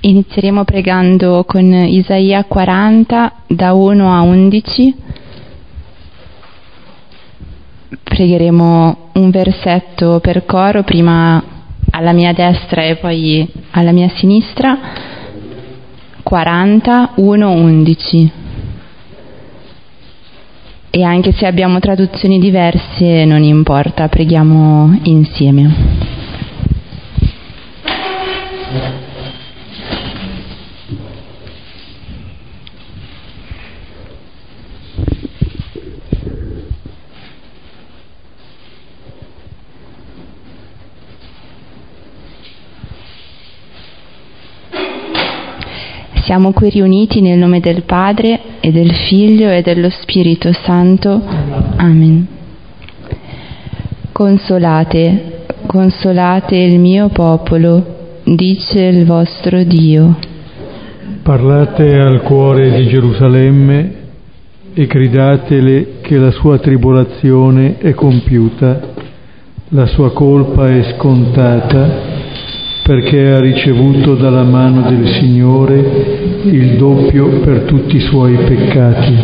Inizieremo pregando con Isaia 40 da 1 a 11. Pregheremo un versetto per coro, prima alla mia destra e poi alla mia sinistra. 40, 1, 11. E anche se abbiamo traduzioni diverse non importa, preghiamo insieme. Siamo qui riuniti nel nome del Padre e del Figlio e dello Spirito Santo. Amen. Consolate, consolate il mio popolo, dice il vostro Dio. Parlate al cuore di Gerusalemme e gridatele che la sua tribolazione è compiuta, la sua colpa è scontata, perché ha ricevuto dalla mano del Signore il doppio per tutti i suoi peccati.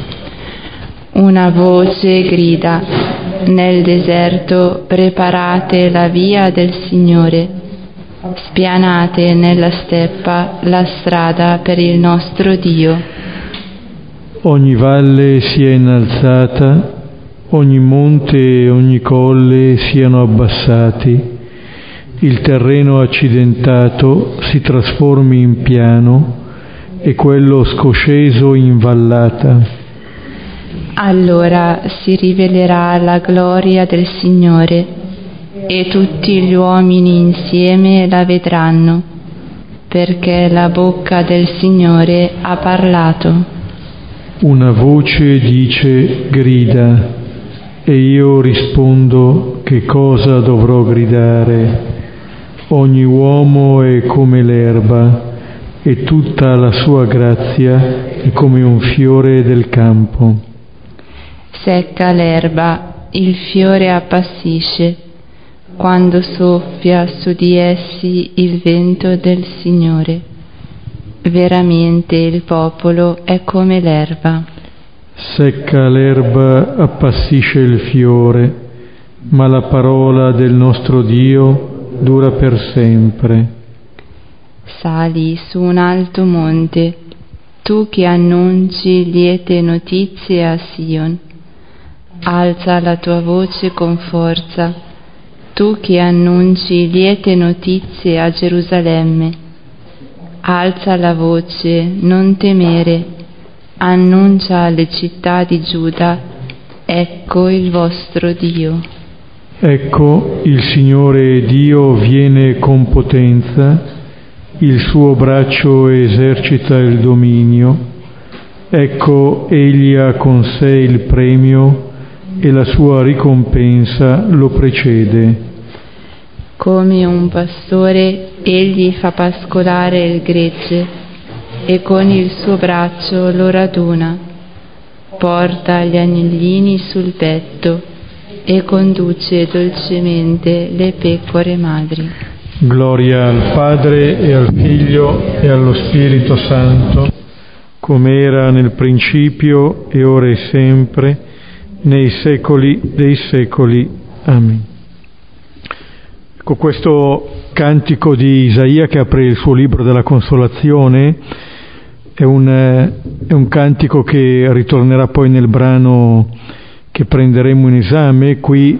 Una voce grida: nel deserto preparate la via del Signore, spianate nella steppa la strada per il nostro Dio. Ogni valle sia innalzata, ogni monte e ogni colle siano abbassati, il terreno accidentato si trasformi in piano e quello scosceso in vallata. Allora si rivelerà la gloria del Signore e tutti gli uomini insieme la vedranno, perché la bocca del Signore ha parlato. Una voce dice: grida, e io rispondo: che cosa dovrò gridare? Ogni uomo è come l'erba, e tutta la sua grazia è come un fiore del campo. Secca l'erba, il fiore appassisce, quando soffia su di essi il vento del Signore. Veramente il popolo è come l'erba. Secca l'erba, appassisce il fiore, ma la parola del nostro Dio dura per sempre. Sali su un alto monte, tu che annunci liete notizie a Sion. Alza la tua voce con forza, tu che annunci liete notizie a Gerusalemme. Alza la voce, non temere, annuncia alle città di Giuda: ecco il vostro Dio. Ecco, il Signore Dio viene con potenza, il suo braccio esercita il dominio. Ecco, egli ha con sé il premio e la sua ricompensa lo precede. Come un pastore, egli fa pascolare il gregge e con il suo braccio lo raduna. Porta gli agnellini sul petto e conduce dolcemente le pecore madri. Gloria al Padre e al Figlio e allo Spirito Santo, come era nel principio e ora e sempre, nei secoli dei secoli. Amen. Ecco, questo cantico di Isaia, che apre il suo libro della Consolazione, è un cantico che ritornerà poi nel brano che prenderemo in esame. Qui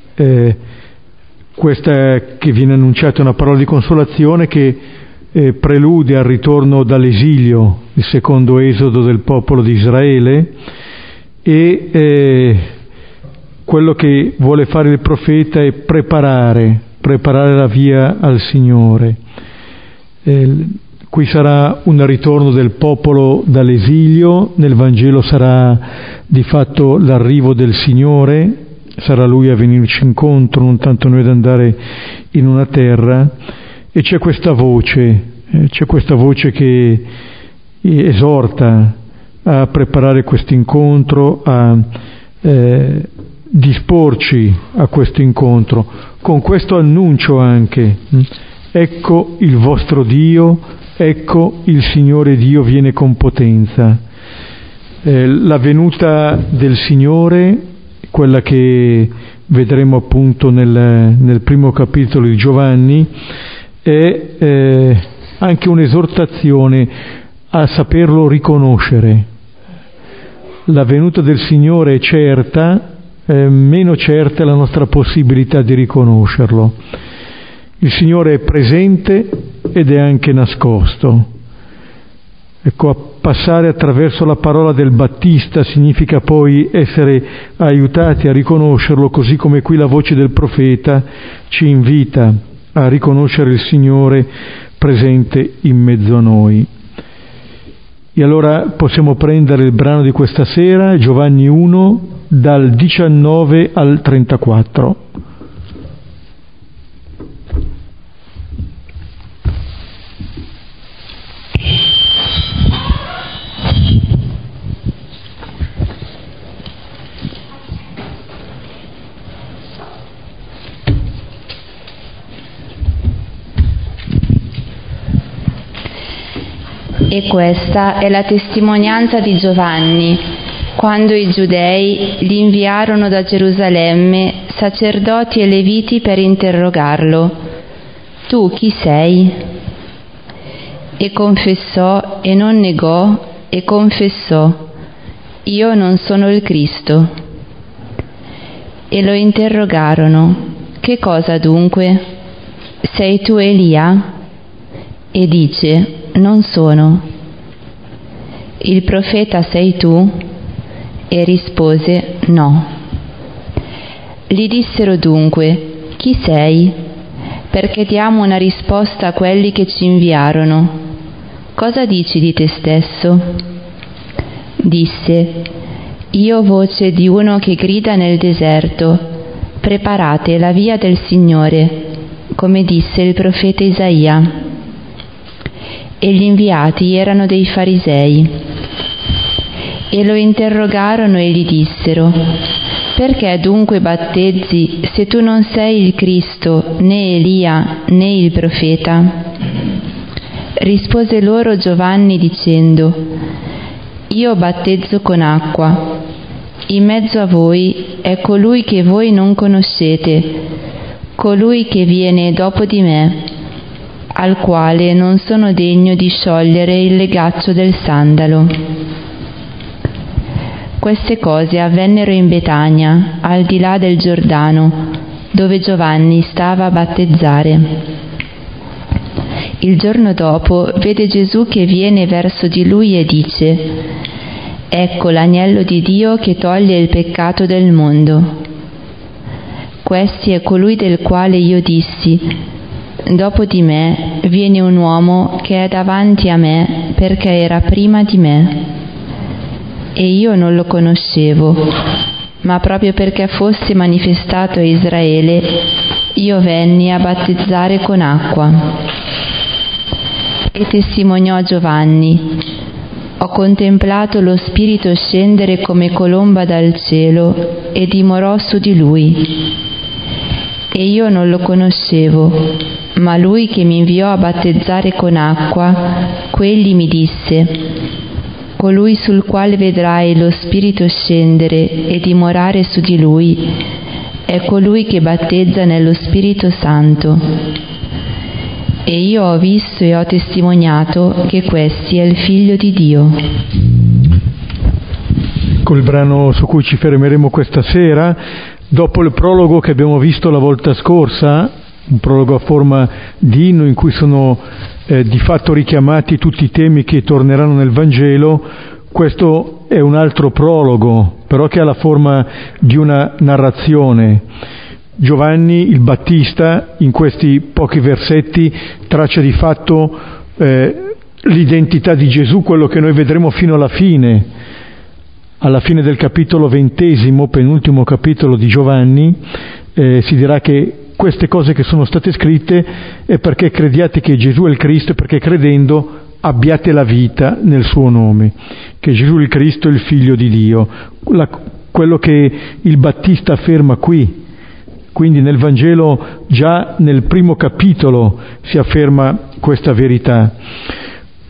questa che viene annunciata è una parola di consolazione che prelude al ritorno dall'esilio, il secondo esodo del popolo di Israele, e quello che vuole fare il profeta è preparare la via al Signore. Qui sarà un ritorno del popolo dall'esilio, nel Vangelo sarà di fatto l'arrivo del Signore, sarà Lui a venirci incontro, non tanto noi ad andare in una terra, e c'è questa voce che esorta a preparare questo incontro, a disporci a questo incontro, con questo annuncio anche: ecco il vostro Dio, ecco il Signore Dio viene con potenza. La venuta del Signore, quella che vedremo appunto nel primo capitolo di Giovanni, è anche un'esortazione a saperlo riconoscere. La venuta del Signore è certa, meno certa è la nostra possibilità di riconoscerlo. Il Signore è presente ed è anche nascosto. Ecco, passare attraverso la parola del Battista significa poi essere aiutati a riconoscerlo, così come qui la voce del profeta ci invita a riconoscere il Signore presente in mezzo a noi. E allora possiamo prendere il brano di questa sera, Giovanni 1, dal 19 al 34. E questa è la testimonianza di Giovanni, quando i giudei gli inviarono da Gerusalemme sacerdoti e leviti per interrogarlo: tu chi sei? E confessò e non negò, e confessò: io non sono il Cristo. E lo interrogarono: che cosa dunque? Sei tu Elia? E dice: non sono. Il profeta sei tu? E rispose: no. Gli dissero dunque: chi sei? Perché diamo una risposta a quelli che ci inviarono. Cosa dici di te stesso? Disse: io voce di uno che grida nel deserto: preparate la via del Signore, come disse il profeta Isaia. E gli inviati erano dei farisei. E lo interrogarono e gli dissero: perché dunque battezzi se tu non sei il Cristo, né Elia, né il profeta? Rispose loro Giovanni dicendo: io battezzo con acqua. In mezzo a voi è colui che voi non conoscete, colui che viene dopo di me, al quale non sono degno di sciogliere il legaccio del sandalo. Queste cose avvennero in Betania, al di là del Giordano, dove Giovanni stava a battezzare. Il giorno dopo vede Gesù che viene verso di lui e dice: ecco l'agnello di Dio che toglie il peccato del mondo. Questi è colui del quale io dissi: dopo di me viene un uomo che è davanti a me perché era prima di me. E io non lo conoscevo, ma proprio perché fosse manifestato a Israele, io venni a battezzare con acqua. E testimoniò Giovanni: ho contemplato lo Spirito scendere come colomba dal cielo e dimorò su di lui. E io non lo conoscevo, ma lui che mi inviò a battezzare con acqua, quegli mi disse: colui sul quale vedrai lo Spirito scendere e dimorare su di lui è colui che battezza nello Spirito Santo. E io ho visto e ho testimoniato che questi è il Figlio di Dio. Col brano su cui ci fermeremo questa sera, dopo il prologo che abbiamo visto la volta scorsa, un prologo a forma di inno in cui sono di fatto richiamati tutti i temi che torneranno nel Vangelo, questo è un altro prologo, però che ha la forma di una narrazione. Giovanni il Battista in questi pochi versetti traccia di fatto l'identità di Gesù, quello che noi vedremo fino alla fine del capitolo 20, penultimo capitolo di Giovanni. Si dirà che queste cose che sono state scritte è perché crediate che Gesù è il Cristo e perché credendo abbiate la vita nel suo nome, che Gesù il Cristo è il Figlio di Dio, quello che il Battista afferma qui. Quindi nel Vangelo già nel primo capitolo si afferma questa verità.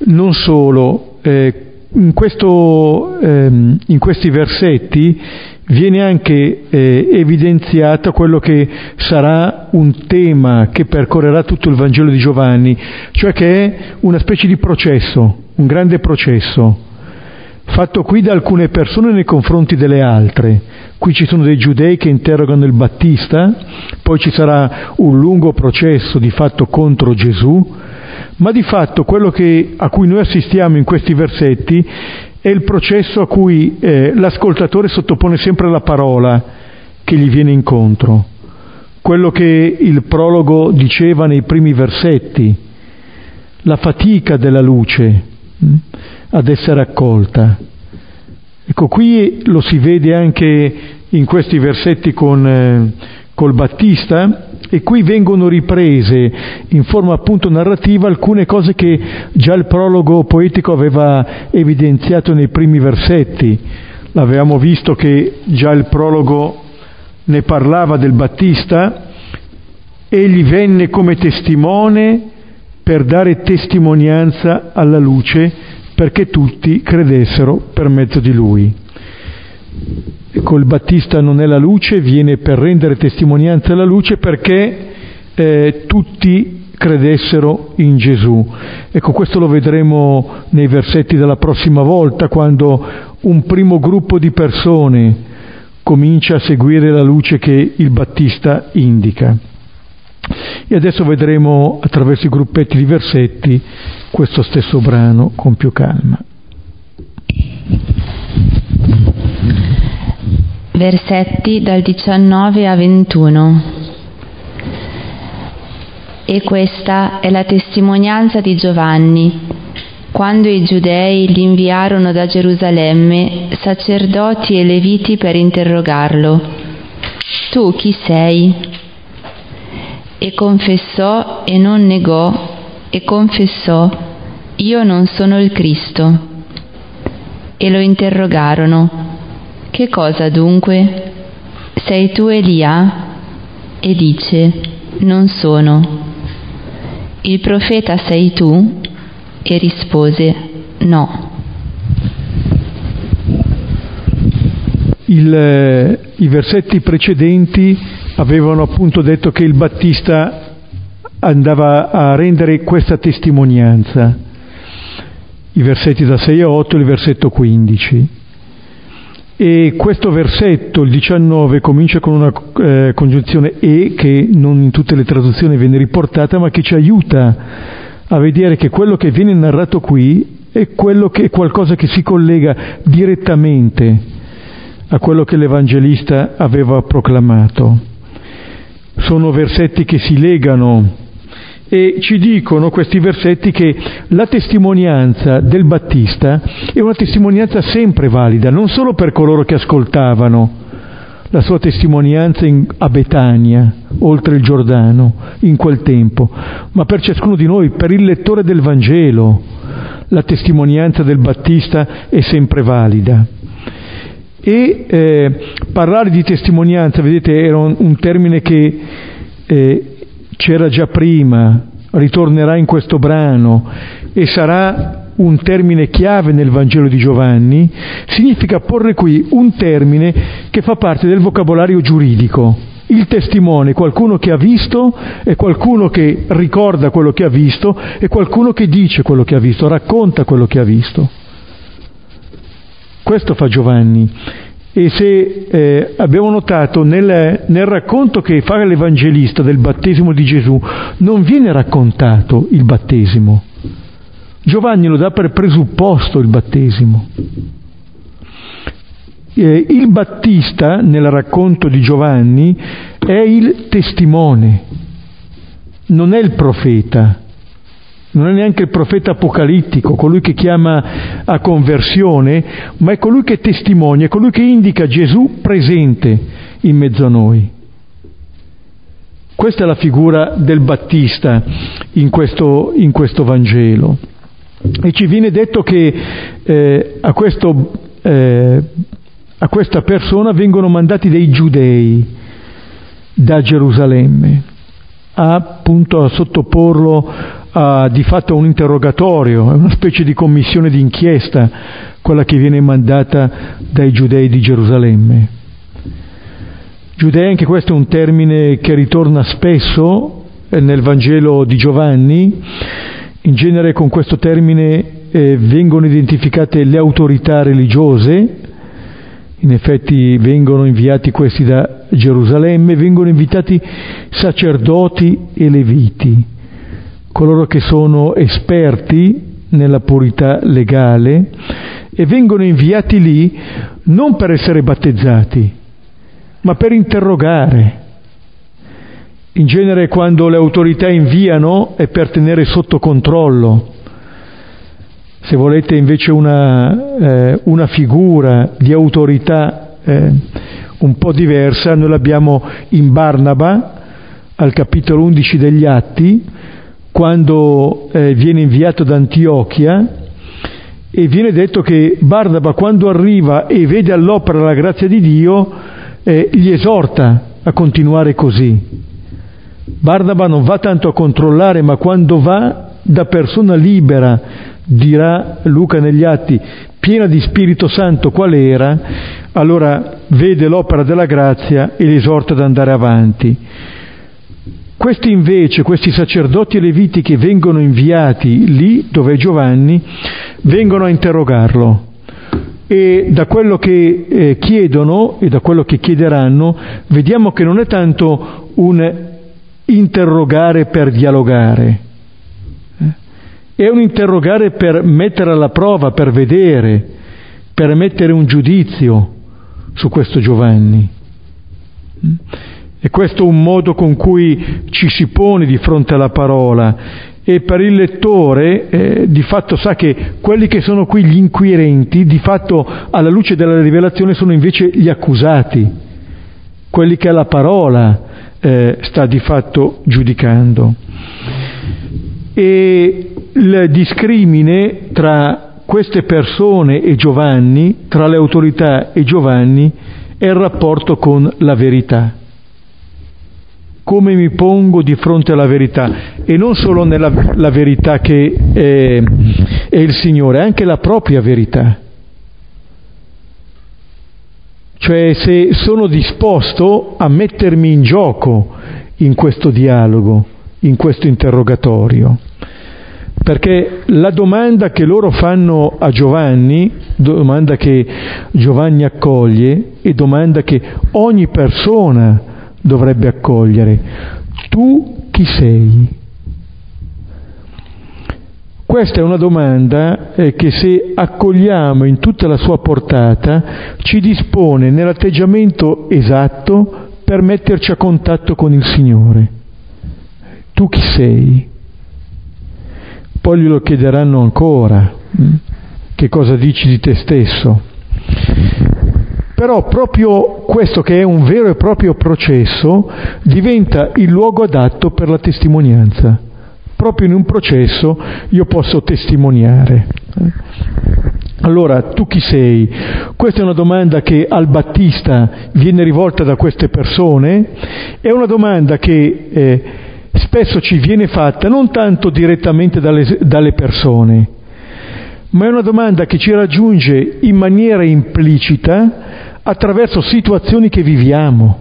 Non solo, in questi versetti viene anche evidenziato quello che sarà un tema che percorrerà tutto il Vangelo di Giovanni, cioè che è una specie di processo, un grande processo, fatto qui da alcune persone nei confronti delle altre. Qui ci sono dei giudei che interrogano il Battista, poi ci sarà un lungo processo di fatto contro Gesù, ma di fatto quello a cui noi assistiamo in questi versetti è il processo a cui l'ascoltatore sottopone sempre la parola che gli viene incontro, quello che il prologo diceva nei primi versetti, la fatica della luce ad essere accolta. Ecco, qui lo si vede anche in questi versetti col Battista, e qui vengono riprese in forma appunto narrativa alcune cose che già il prologo poetico aveva evidenziato nei primi versetti. L'avevamo visto che già il prologo ne parlava del Battista: egli venne come testimone per dare testimonianza alla luce, perché tutti credessero per mezzo di lui. Ecco, il Battista non è la luce, viene per rendere testimonianza alla luce perché tutti credessero in Gesù. Ecco, questo lo vedremo nei versetti della prossima volta, quando un primo gruppo di persone comincia a seguire la luce che il Battista indica. E adesso vedremo attraverso i gruppetti di versetti questo stesso brano con più calma. Versetti dal 19 a 21. E questa è la testimonianza di Giovanni, quando i giudei gli inviarono da Gerusalemme sacerdoti e leviti per interrogarlo: tu chi sei? E confessò e non negò, e confessò: io non sono il Cristo. E lo interrogarono: che cosa dunque? Sei tu Elia? E dice: non sono. Il profeta sei tu? E rispose: no. I versetti precedenti avevano appunto detto che il Battista andava a rendere questa testimonianza, i versetti da 6 a 8 e il versetto 15. E questo versetto, il 19, comincia con una congiunzione e, che non in tutte le traduzioni viene riportata, ma che ci aiuta a vedere che quello che viene narrato qui è qualcosa che si collega direttamente a quello che l'Evangelista aveva proclamato. Sono versetti che si legano e ci dicono questi versetti che la testimonianza del Battista è una testimonianza sempre valida, non solo per coloro che ascoltavano la sua testimonianza a Betania, oltre il Giordano, in quel tempo, ma per ciascuno di noi, per il lettore del Vangelo, la testimonianza del Battista è sempre valida. E parlare di testimonianza, vedete, era un termine che c'era già prima, ritornerà in questo brano e sarà un termine chiave nel Vangelo di Giovanni. Significa porre qui un termine che fa parte del vocabolario giuridico. Il testimone, qualcuno che ha visto, e qualcuno che ricorda quello che ha visto, e qualcuno che dice quello che ha visto, racconta quello che ha visto. Questo fa Giovanni. E se abbiamo notato nel racconto che fa l'Evangelista del battesimo di Gesù, non viene raccontato il battesimo. Giovanni lo dà per presupposto il battesimo. Il Battista, nel racconto di Giovanni, è il testimone, non è il profeta. Non è neanche il profeta apocalittico, colui che chiama a conversione, ma è colui che testimonia, è colui che indica Gesù presente in mezzo a noi. Questa è la figura del Battista in questo Vangelo. E ci viene detto che a questa persona vengono mandati dei giudei da Gerusalemme, appunto a sottoporlo di fatto un interrogatorio, è una specie di commissione d'inchiesta, quella che viene mandata dai giudei di Gerusalemme. Giudei, anche questo è un termine che ritorna spesso nel Vangelo di Giovanni. In genere con questo termine vengono identificate le autorità religiose. In effetti vengono inviati questi da Gerusalemme, vengono invitati sacerdoti e leviti, coloro che sono esperti nella purità legale, e vengono inviati lì non per essere battezzati, ma per interrogare. In genere quando le autorità inviano è per tenere sotto controllo. Se volete invece una figura di autorità un po' diversa, noi l'abbiamo in Barnaba, al capitolo 11 degli Atti, quando viene inviato da Antiochia, e viene detto che Barnaba, quando arriva e vede all'opera la grazia di Dio, gli esorta a continuare così. Barnaba non va tanto a controllare, ma quando va da persona libera, dirà Luca negli Atti, piena di Spirito Santo qual era, allora vede l'opera della grazia e li esorta ad andare avanti. Questi invece, questi sacerdoti e leviti che vengono inviati lì dove è Giovanni, vengono a interrogarlo, e da quello che chiedono e da quello che chiederanno vediamo che non è tanto un interrogare per dialogare, è un interrogare per mettere alla prova, per vedere, per mettere un giudizio su questo Giovanni. E questo è un modo con cui ci si pone di fronte alla parola, e per il lettore di fatto sa che quelli che sono qui gli inquirenti, di fatto alla luce della rivelazione sono invece gli accusati, quelli che la parola sta di fatto giudicando. E il discrimine tra queste persone e Giovanni, tra le autorità e Giovanni, è il rapporto con la verità. Come mi pongo di fronte alla verità, e non solo la verità che è il Signore, anche la propria verità. Cioè se sono disposto a mettermi in gioco in questo dialogo, in questo interrogatorio. Perché la domanda che loro fanno a Giovanni, domanda che Giovanni accoglie, è domanda che ogni persona dovrebbe accogliere. Tu chi sei? Questa è una domanda che se accogliamo in tutta la sua portata ci dispone nell'atteggiamento esatto per metterci a contatto con il Signore. Tu chi sei? Poi glielo chiederanno ancora, che cosa dici di te stesso? Però proprio questo, che è un vero e proprio processo, diventa il luogo adatto per la testimonianza. Proprio in un processo io posso testimoniare. Allora, tu chi sei? Questa è una domanda che al Battista viene rivolta da queste persone, è una domanda che spesso ci viene fatta non tanto direttamente dalle persone, ma è una domanda che ci raggiunge in maniera implicita attraverso situazioni che viviamo,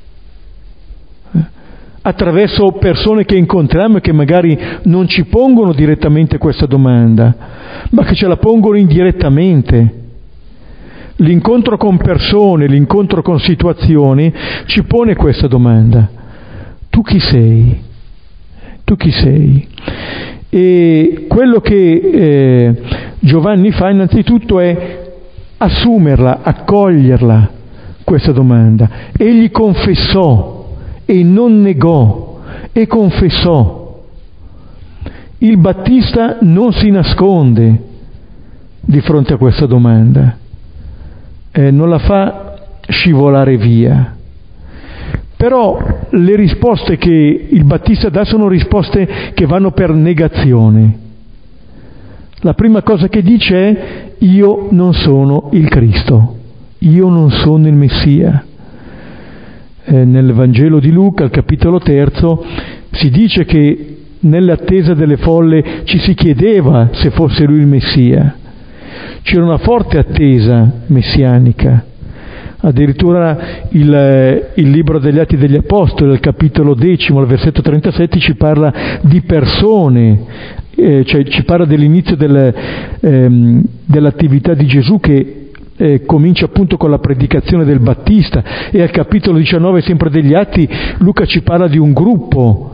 attraverso persone che incontriamo e che magari non ci pongono direttamente questa domanda, ma che ce la pongono indirettamente. L'incontro con persone, l'incontro con situazioni ci pone questa domanda. Tu chi sei? Tu chi sei? E quello che Giovanni fa innanzitutto è assumerla, accoglierla, questa domanda. Egli confessò e non negò, e confessò. Il Battista non si nasconde di fronte a questa domanda, non la fa scivolare via. Però le risposte che il Battista dà sono risposte che vanno per negazione. La prima cosa che dice è: io non sono il Cristo, io non sono il Messia. Nel Vangelo di Luca, al capitolo 3, si dice che nell'attesa delle folle ci si chiedeva se fosse lui il Messia. C'era una forte attesa messianica. Addirittura il libro degli Atti degli Apostoli, al capitolo 10, al versetto 37, ci parla di persone, cioè ci parla dell'inizio dell'attività di Gesù che comincia appunto con la predicazione del Battista, e al capitolo 19 sempre degli Atti Luca ci parla di un gruppo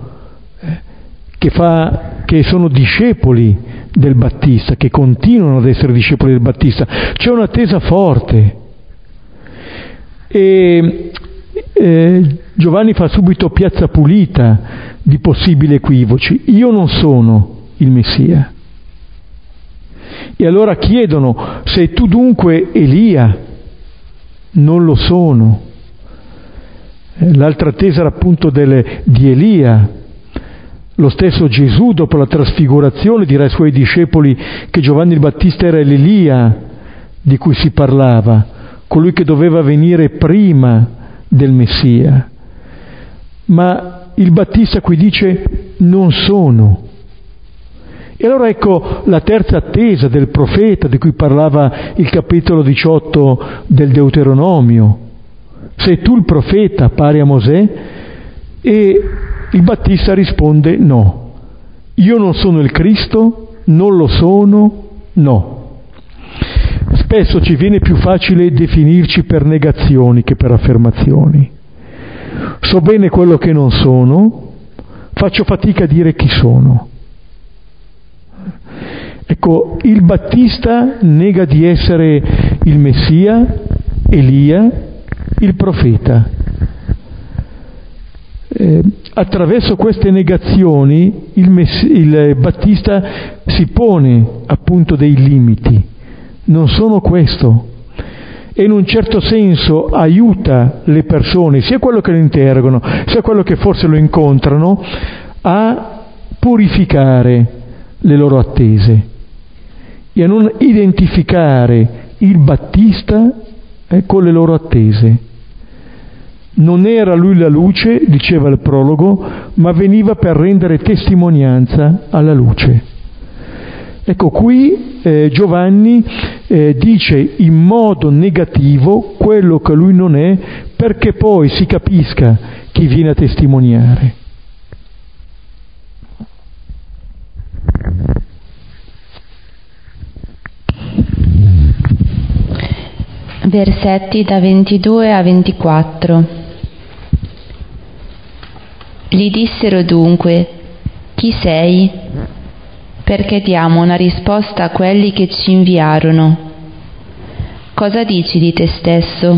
che sono discepoli del Battista, che continuano ad essere discepoli del Battista. C'è un'attesa forte. E Giovanni fa subito piazza pulita di possibili equivoci. Io non sono il Messia. E allora chiedono: sei tu dunque Elia? Non lo sono. L'altra attesa era appunto di Elia. Lo stesso Gesù, dopo la trasfigurazione, dirà ai suoi discepoli che Giovanni il Battista era l'Elia di cui si parlava, colui che doveva venire prima del Messia. Ma il Battista qui dice: non sono. E allora ecco la terza attesa del profeta di cui parlava il capitolo 18 del Deuteronomio. Sei tu il profeta pari a Mosè? E il Battista risponde: no. Io non sono il Cristo, non lo sono, no. Spesso ci viene più facile definirci per negazioni che per affermazioni. So bene quello che non sono, faccio fatica a dire chi sono. Ecco, il Battista nega di essere il Messia, Elia, il profeta. Attraverso queste negazioni il Battista si pone appunto dei limiti. Non sono questo. E in un certo senso aiuta le persone, sia quello che lo interrogano, sia quello che forse lo incontrano, a purificare le loro attese e a non identificare il Battista con le loro attese. Non era lui la luce, diceva il prologo, ma veniva per rendere testimonianza alla luce. Ecco, qui Giovanni dice in modo negativo quello che lui non è, perché poi si capisca chi viene a testimoniare. Versetti da 22 a 24. Gli dissero dunque: chi sei? Perché diamo una risposta a quelli che ci inviarono. Cosa dici di te stesso?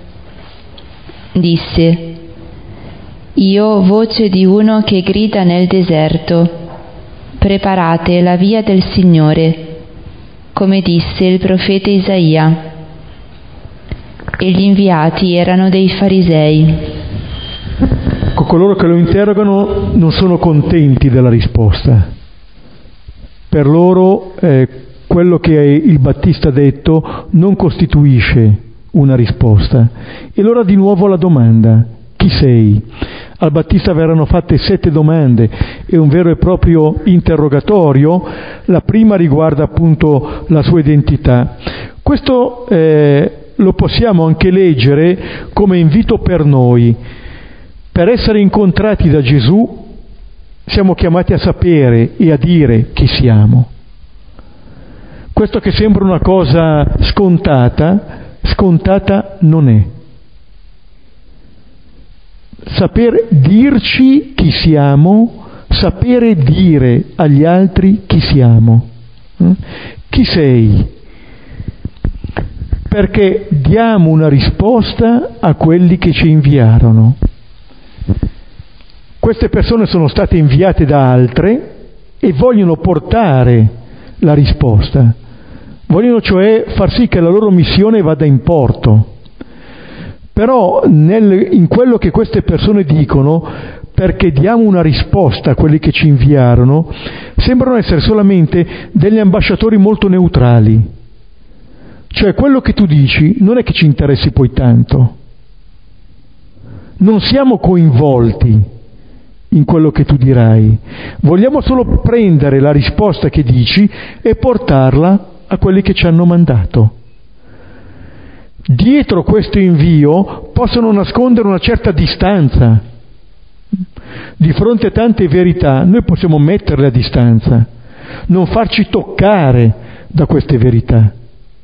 Disse: io voce di uno che grida nel deserto, preparate la via del Signore, come disse il profeta Isaia. E gli inviati erano dei farisei. Coloro che lo interrogano non sono contenti della risposta. Per loro quello che il Battista ha detto non costituisce una risposta. E allora di nuovo la domanda: chi sei? Al Battista verranno fatte 7 domande e un vero e proprio interrogatorio. La prima riguarda appunto la sua identità. Questo lo possiamo anche leggere come invito per noi. Per essere incontrati da Gesù siamo chiamati a sapere e a dire chi siamo. Questo che sembra una cosa scontata non è. Saper dirci chi siamo, sapere dire agli altri chi siamo. Chi sei? Perché diamo una risposta a quelli che ci inviarono. Queste persone sono state inviate da altre e vogliono portare la risposta. Vogliono cioè far sì che la loro missione vada in porto. Però in quello che queste persone dicono, perché diamo una risposta a quelli che ci inviarono, sembrano essere solamente degli ambasciatori molto neutrali. Cioè quello che tu dici non è che ci interessi poi tanto. Non siamo coinvolti in quello che tu dirai. Vogliamo solo prendere la risposta che dici e portarla a quelli che ci hanno mandato. Dietro questo invio possono nascondere una certa distanza. Di fronte a tante verità noi possiamo metterle a distanza, non farci toccare da queste verità.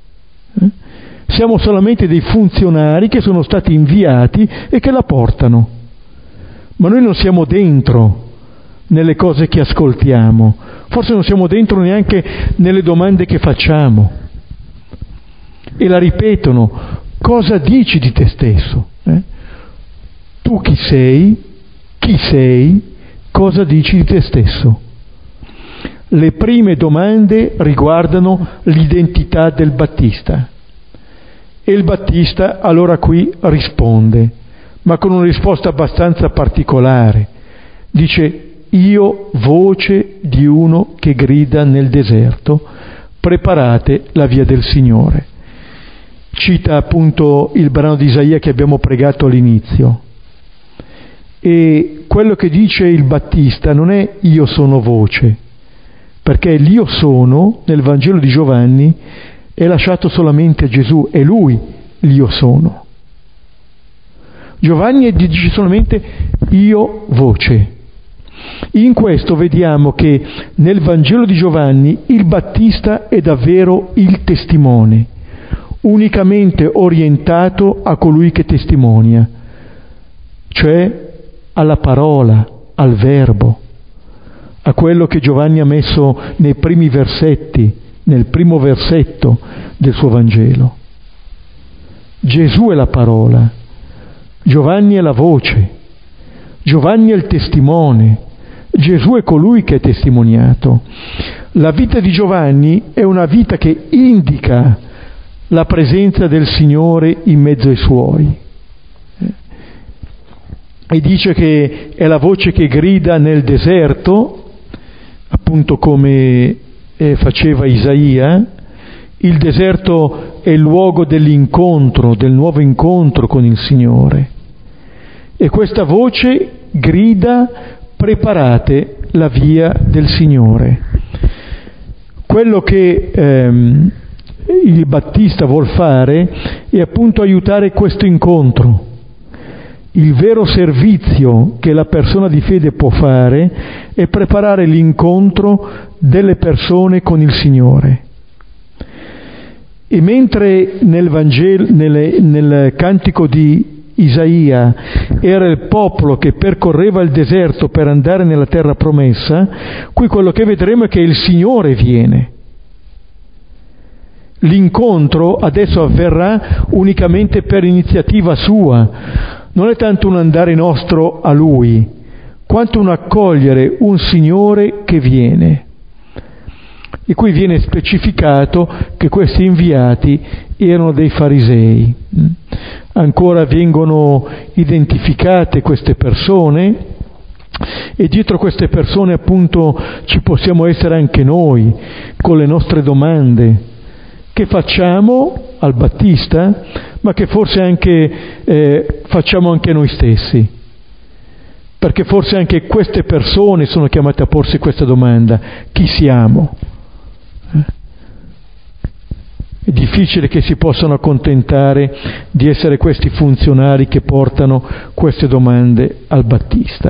Siamo solamente dei funzionari che sono stati inviati e che la portano. Ma noi non siamo dentro nelle cose che ascoltiamo, forse non siamo dentro neanche nelle domande che facciamo. E la ripetono: cosa dici di te stesso? Tu chi sei? Chi sei? Cosa dici di te stesso? Le prime domande riguardano l'identità del Battista. E il Battista allora qui risponde, ma con una risposta abbastanza particolare. Dice: io, voce di uno che grida nel deserto, preparate la via del Signore. Cita appunto il brano di Isaia che abbiamo pregato all'inizio. E quello che dice il Battista non è io sono voce, perché l'io sono nel Vangelo di Giovanni è lasciato solamente a Gesù, è lui l'io sono. Giovanni dice solamente io voce. In questo vediamo che nel Vangelo di Giovanni il Battista è davvero il testimone, unicamente orientato a colui che testimonia, cioè alla parola, al verbo, a quello che Giovanni ha messo nei primi versetti, nel primo versetto del suo Vangelo. Gesù è la parola, Giovanni è la voce, Giovanni è il testimone, Gesù è colui che è testimoniato. La vita di Giovanni è una vita che indica la presenza del Signore in mezzo ai suoi. E dice che è la voce che grida nel deserto, appunto come faceva Isaia. Il deserto è il luogo dell'incontro, del nuovo incontro con il Signore. E questa voce grida: preparate la via del Signore. Quello che il Battista vuol fare è appunto aiutare questo incontro. Il vero servizio che la persona di fede può fare è preparare l'incontro delle persone con il Signore. E mentre nel Vangelo, nel cantico di Isaia era il popolo che percorreva il deserto per andare nella terra promessa, qui quello che vedremo è che il Signore viene. L'incontro adesso avverrà unicamente per iniziativa sua. Non è tanto un andare nostro a Lui, quanto un accogliere un Signore che viene. E qui viene specificato che questi inviati erano dei farisei. Ancora vengono identificate queste persone e dietro queste persone appunto ci possiamo essere anche noi con le nostre domande che facciamo al Battista, ma che forse anche facciamo anche noi stessi, perché forse anche queste persone sono chiamate a porsi questa domanda: chi siamo? È difficile che si possano accontentare di essere questi funzionari che portano queste domande al Battista.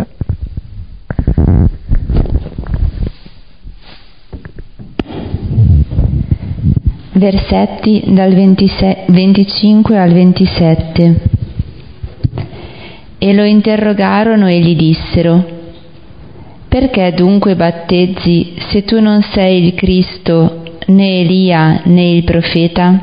Versetti dal 25 al 27. E lo interrogarono e gli dissero: perché dunque battezzi se tu non sei il Cristo, né Elia, né il profeta?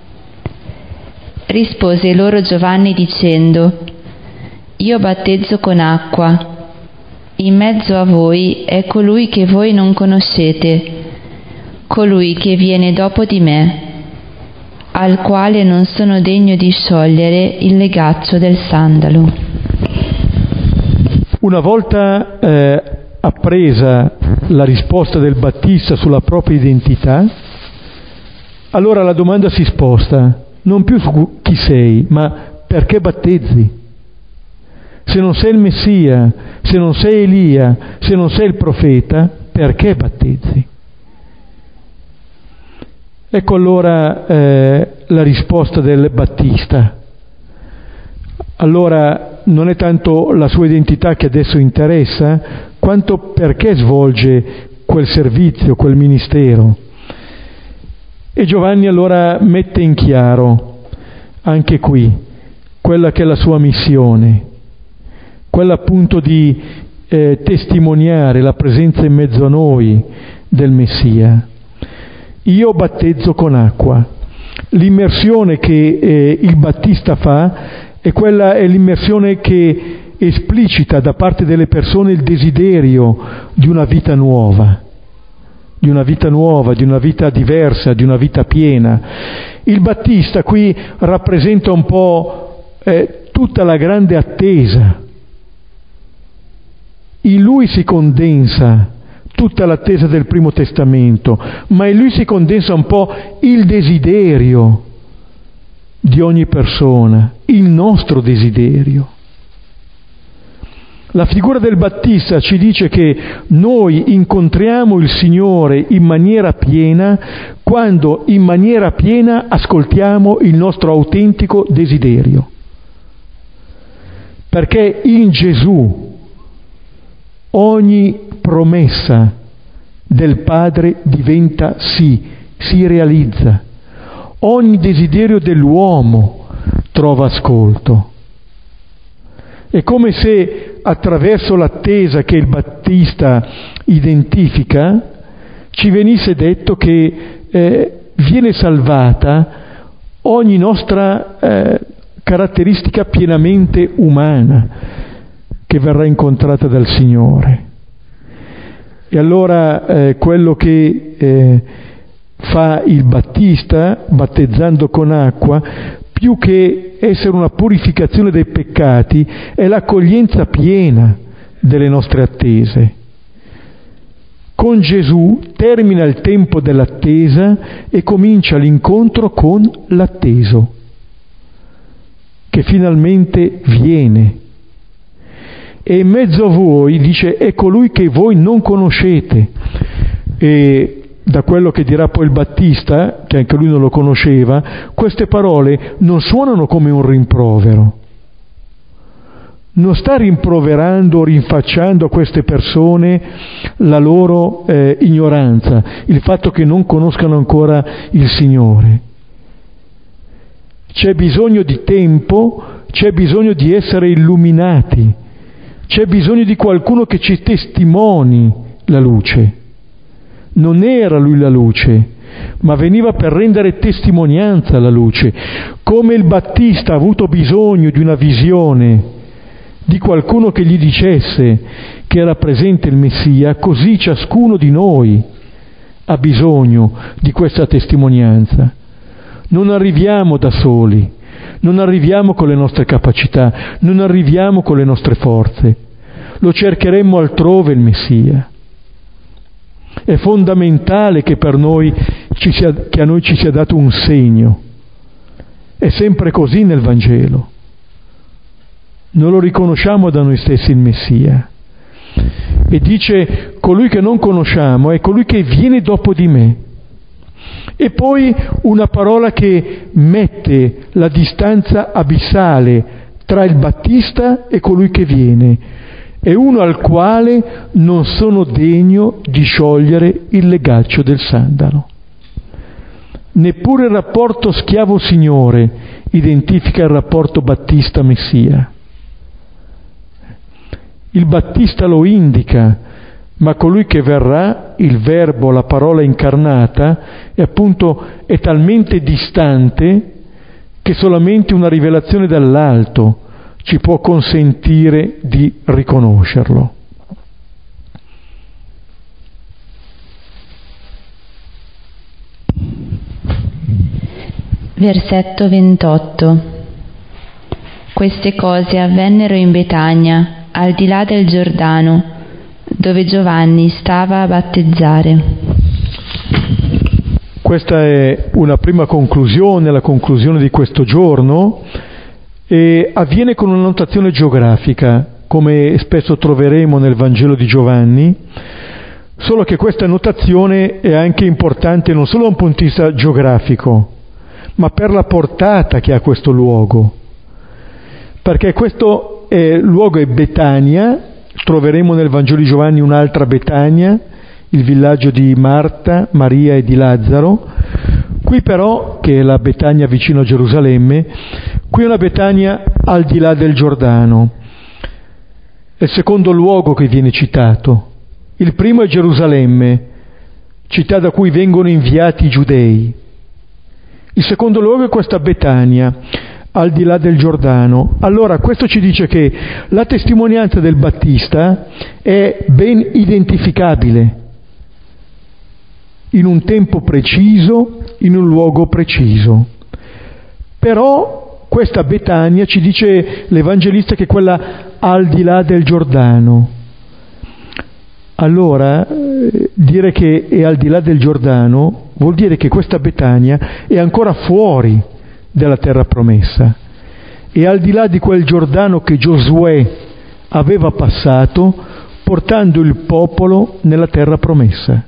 Rispose loro Giovanni dicendo: io battezzo con acqua. In mezzo a voi è colui che voi non conoscete, colui che viene dopo di me, al quale non sono degno di sciogliere il legaccio del sandalo. Una volta appresa la risposta del Battista sulla propria identità, allora la domanda si sposta, non più su chi sei, ma perché battezzi? Se non sei il Messia, se non sei Elia, se non sei il profeta, perché battezzi? Ecco allora la risposta del Battista. Allora non è tanto la sua identità che adesso interessa, quanto perché svolge quel servizio, quel ministero. E Giovanni allora mette in chiaro, anche qui, quella che è la sua missione, quella appunto di testimoniare la presenza in mezzo a noi del Messia. Io battezzo con acqua. L'immersione che il Battista fa è l'immersione che esplicita da parte delle persone il desiderio di una vita nuova, di una vita diversa, di una vita piena. Il Battista qui rappresenta un po' tutta la grande attesa. In lui si condensa tutta l'attesa del Primo Testamento, ma in lui si condensa un po' il desiderio di ogni persona, il nostro desiderio. La figura del Battista ci dice che noi incontriamo il Signore in maniera piena quando in maniera piena ascoltiamo il nostro autentico desiderio. Perché in Gesù ogni promessa del Padre diventa sì, si realizza. Ogni desiderio dell'uomo trova ascolto. È come se attraverso l'attesa che il Battista identifica ci venisse detto che viene salvata ogni nostra caratteristica pienamente umana che verrà incontrata dal Signore. E allora quello che fa il Battista, battezzando con acqua, più che essere una purificazione dei peccati, è l'accoglienza piena delle nostre attese. Con Gesù termina il tempo dell'attesa e comincia l'incontro con l'atteso, che finalmente viene. E in mezzo a voi, dice, è colui che voi non conoscete. E da quello che dirà poi il Battista, che anche lui non lo conosceva, queste parole non suonano come un rimprovero. Non sta rimproverando o rinfacciando a queste persone la loro ignoranza, il fatto che non conoscano ancora il Signore. C'è bisogno di tempo, c'è bisogno di essere illuminati, c'è bisogno di qualcuno che ci testimoni la luce. Non era lui la luce, ma veniva per rendere testimonianza alla luce. Come il Battista ha avuto bisogno di una visione, di qualcuno che gli dicesse che era presente il Messia, così ciascuno di noi ha bisogno di questa testimonianza. Non arriviamo da soli, non arriviamo con le nostre capacità, non arriviamo con le nostre forze. Lo cercheremmo altrove il Messia. È fondamentale che per noi che a noi ci sia dato un segno. È sempre così nel Vangelo. Non lo riconosciamo da noi stessi il Messia. E dice, colui che non conosciamo è colui che viene dopo di me. E poi una parola che mette la distanza abissale tra il Battista e colui che viene. È uno al quale non sono degno di sciogliere il legaccio del sandalo. Neppure il rapporto schiavo-signore identifica il rapporto Battista-Messia. Il Battista lo indica, ma colui che verrà, il Verbo, la parola incarnata, è talmente distante che solamente una rivelazione dall'alto ci può consentire di riconoscerlo. Versetto 28. Queste cose avvennero in Betania, al di là del Giordano, dove Giovanni stava a battezzare. Questa è una prima conclusione, la conclusione di questo giorno, e avviene con una notazione geografica, come spesso troveremo nel Vangelo di Giovanni, solo che questa notazione è anche importante non solo da un punto di vista geografico, ma per la portata che ha questo luogo. Perché questo luogo è Betania, troveremo nel Vangelo di Giovanni un'altra Betania, il villaggio di Marta, Maria e di Lazzaro. Qui però, che è la Betania vicino a Gerusalemme, qui è una Betania al di là del Giordano. È il secondo luogo che viene citato. Il primo è Gerusalemme, città da cui vengono inviati i giudei. Il secondo luogo è questa Betania, al di là del Giordano. Allora, questo ci dice che la testimonianza del Battista è ben identificabile, in un tempo preciso, in un luogo preciso. Però questa Betania, ci dice l'Evangelista, che è quella al di là del Giordano. Allora, dire che è al di là del Giordano vuol dire che questa Betania è ancora fuori della terra promessa, è al di là di quel Giordano che Giosuè aveva passato portando il popolo nella terra promessa.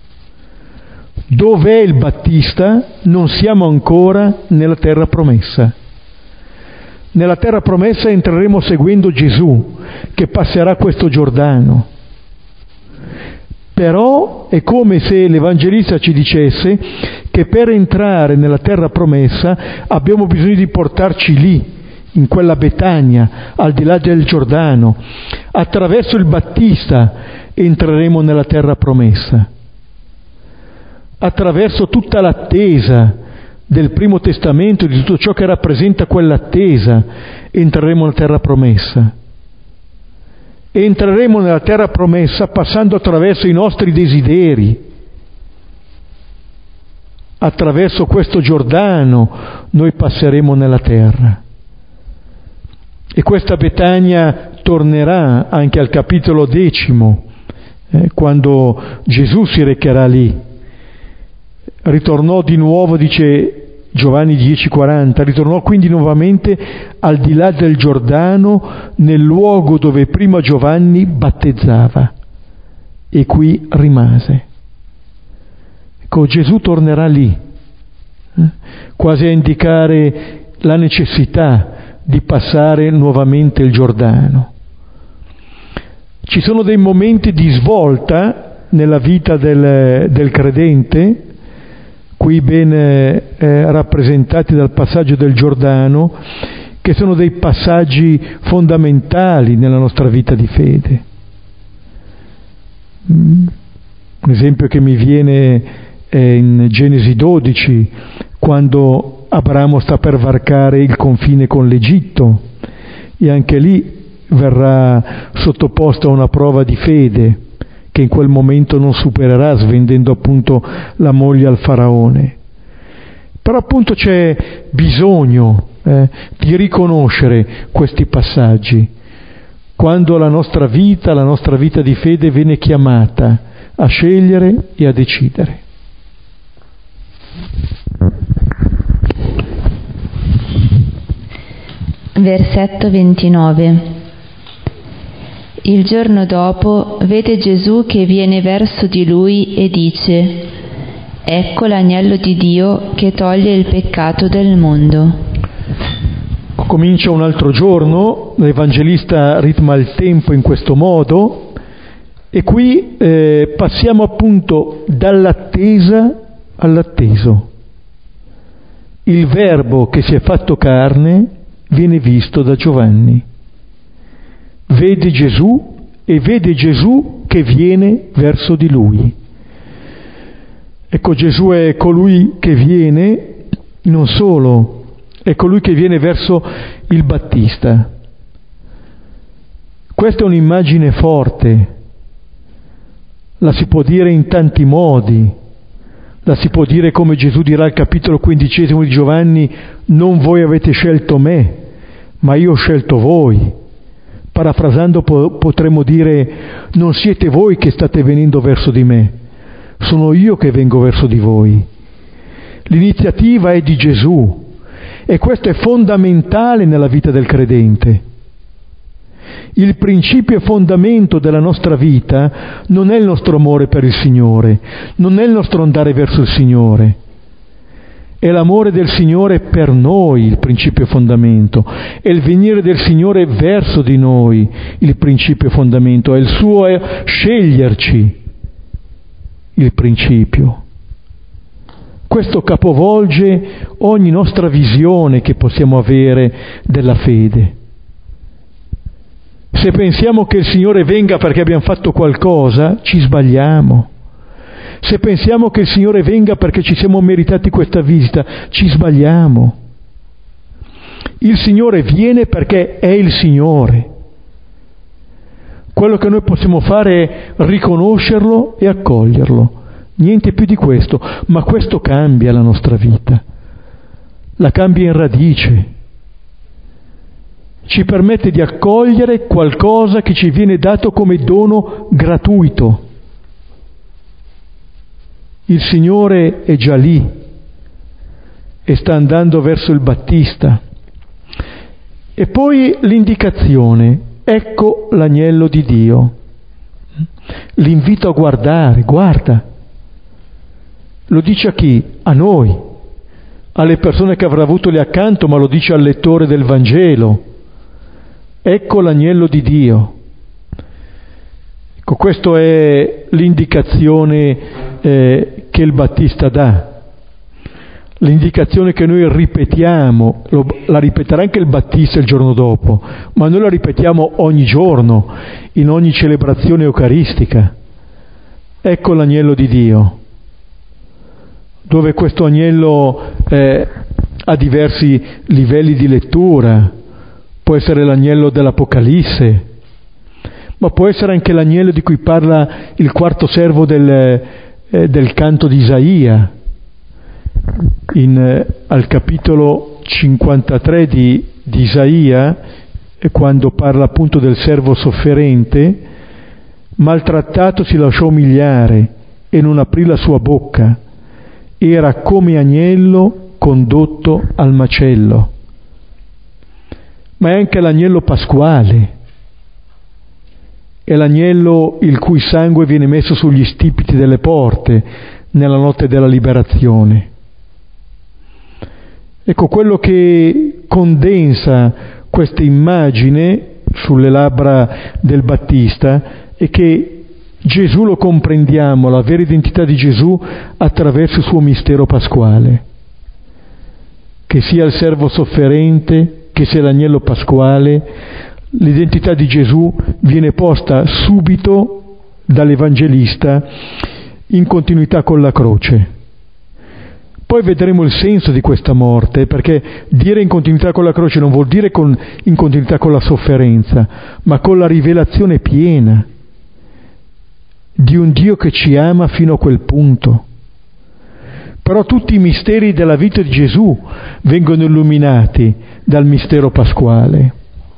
Dov'è il Battista? Non siamo ancora nella terra promessa. Nella terra promessa entreremo seguendo Gesù, che passerà questo Giordano. Però è come se l'Evangelista ci dicesse che per entrare nella terra promessa abbiamo bisogno di portarci lì, in quella Betania, al di là del Giordano. Attraverso il Battista entreremo nella terra promessa. Attraverso tutta l'attesa del Primo Testamento, di tutto ciò che rappresenta quell'attesa, entreremo nella terra promessa. Entreremo nella terra promessa passando attraverso i nostri desideri. Attraverso questo Giordano noi passeremo nella terra. E questa Betania tornerà anche al capitolo 10, quando Gesù si recherà lì. Ritornò di nuovo, dice Giovanni 10,40, ritornò quindi nuovamente al di là del Giordano, nel luogo dove prima Giovanni battezzava, e qui rimase. Ecco, Gesù tornerà lì, quasi a indicare la necessità di passare nuovamente il Giordano. Ci sono dei momenti di svolta nella vita del credente, qui ben rappresentati dal passaggio del Giordano, che sono dei passaggi fondamentali nella nostra vita di fede. Un esempio che mi viene è in Genesi 12, quando Abramo sta per varcare il confine con l'Egitto, e anche lì verrà sottoposto a una prova di fede, che in quel momento non supererà, svendendo appunto la moglie al faraone. Però appunto c'è bisogno di riconoscere questi passaggi, quando la nostra vita di fede viene chiamata a scegliere e a decidere. Versetto 29. Il giorno dopo vede Gesù che viene verso di lui e dice: Ecco l'agnello di Dio che toglie il peccato del mondo. Comincia un altro giorno, l'Evangelista ritma il tempo in questo modo, e qui passiamo appunto dall'attesa all'atteso. Il Verbo che si è fatto carne viene visto da Giovanni. Vede Gesù e vede Gesù che viene verso di lui. Ecco, Gesù è colui che viene, non solo, è colui che viene verso il Battista. Questa è un'immagine forte, la si può dire in tanti modi, la si può dire come Gesù dirà al capitolo 15 di Giovanni: non voi avete scelto me, ma io ho scelto voi. Parafrasando potremmo dire: non siete voi che state venendo verso di me, sono io che vengo verso di voi. L'iniziativa è di Gesù, E questo è fondamentale nella vita del credente. Il principio e fondamento della nostra vita non è il nostro amore per il Signore, non è il nostro andare verso il Signore. È l'amore del Signore per noi il principio e fondamento, è il venire del Signore verso di noi il principio e fondamento, è il suo sceglierci il principio. Questo capovolge ogni nostra visione che possiamo avere della fede. Se pensiamo che il Signore venga perché abbiamo fatto qualcosa, ci sbagliamo. Se pensiamo che il Signore venga perché ci siamo meritati questa visita, ci sbagliamo. Il Signore viene perché è il Signore. Quello che noi possiamo fare è riconoscerlo e accoglierlo. Niente più di questo, ma questo cambia la nostra vita. La cambia in radice. Ci permette di accogliere qualcosa che ci viene dato come dono gratuito. Il Signore è già lì e sta andando verso il Battista. E poi l'indicazione, ecco l'agnello di Dio. L'invito a guardare, guarda. Lo dice a chi? A noi, alle persone che avrà avuto lì accanto, ma lo dice al lettore del Vangelo. Ecco l'agnello di Dio. Ecco, questa è l'indicazione che il Battista dà. L'indicazione che noi ripetiamo, la ripeterà anche il Battista il giorno dopo, ma noi la ripetiamo ogni giorno, in ogni celebrazione eucaristica. Ecco l'agnello di Dio, dove questo agnello ha diversi livelli di lettura. Può essere l'agnello dell'Apocalisse, ma può essere anche l'agnello di cui parla il quarto servo del canto di Isaia, al capitolo 53 di Isaia, quando parla appunto del servo sofferente. Maltrattato si lasciò umiliare e non aprì la sua bocca, era come agnello condotto al macello. Ma è anche l'agnello pasquale, è l'agnello il cui sangue viene messo sugli stipiti delle porte nella notte della liberazione. Ecco, quello che condensa questa immagine sulle labbra del Battista è che Gesù lo comprendiamo, la vera identità di Gesù, attraverso il suo mistero pasquale. Che sia il servo sofferente, che sia l'agnello pasquale, l'identità di Gesù viene posta subito dall'Evangelista in continuità con la croce. Poi vedremo il senso di questa morte, perché dire in continuità con la croce non vuol dire in continuità con la sofferenza, ma con la rivelazione piena di un Dio che ci ama fino a quel punto. Però tutti i misteri della vita di Gesù vengono illuminati dal mistero pasquale.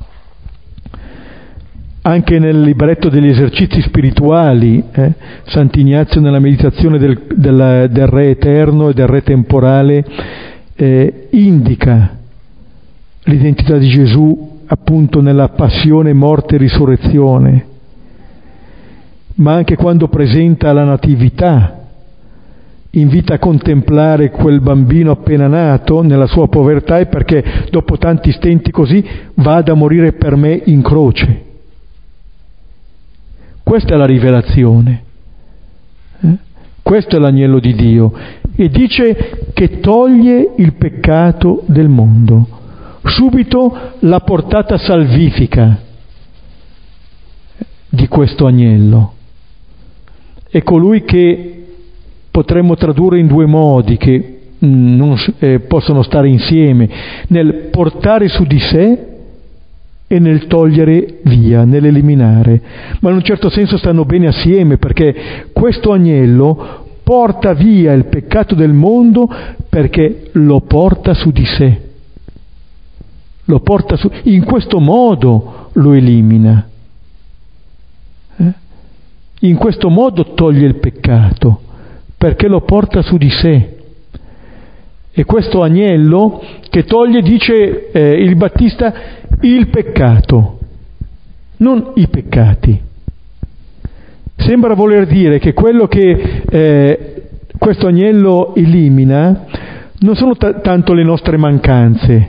Anche nel libretto degli esercizi spirituali, Sant'Ignazio nella meditazione del Re eterno e del Re temporale indica l'identità di Gesù appunto nella passione, morte e risurrezione, ma anche quando presenta la natività, invita a contemplare quel bambino appena nato nella sua povertà e perché dopo tanti stenti così vada a morire per me in croce. Questa è la rivelazione, questo è l'agnello di Dio, e dice che toglie il peccato del mondo. Subito la portata salvifica di questo agnello. È colui che potremmo tradurre in due modi che non possono stare insieme, nel portare su di sé e nel togliere via, nell'eliminare. Ma in un certo senso stanno bene assieme, perché questo agnello porta via il peccato del mondo perché lo porta su di sé. Lo porta su, in questo modo lo elimina. In questo modo toglie il peccato, perché lo porta su di sé. E questo agnello che toglie, dice il Battista, il peccato, non i peccati. Sembra voler dire che quello che questo agnello elimina non sono tanto le nostre mancanze,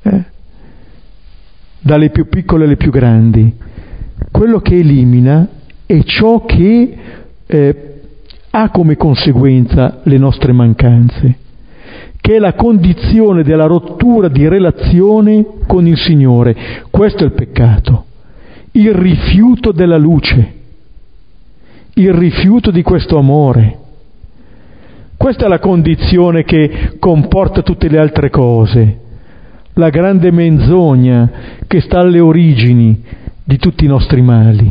dalle più piccole alle più grandi. Quello che elimina è ciò che ha come conseguenza le nostre mancanze, che è la condizione della rottura di relazione con il Signore. Questo è il peccato, il rifiuto della luce, il rifiuto di questo amore. Questa è la condizione che comporta tutte le altre cose, la grande menzogna che sta alle origini di tutti i nostri mali.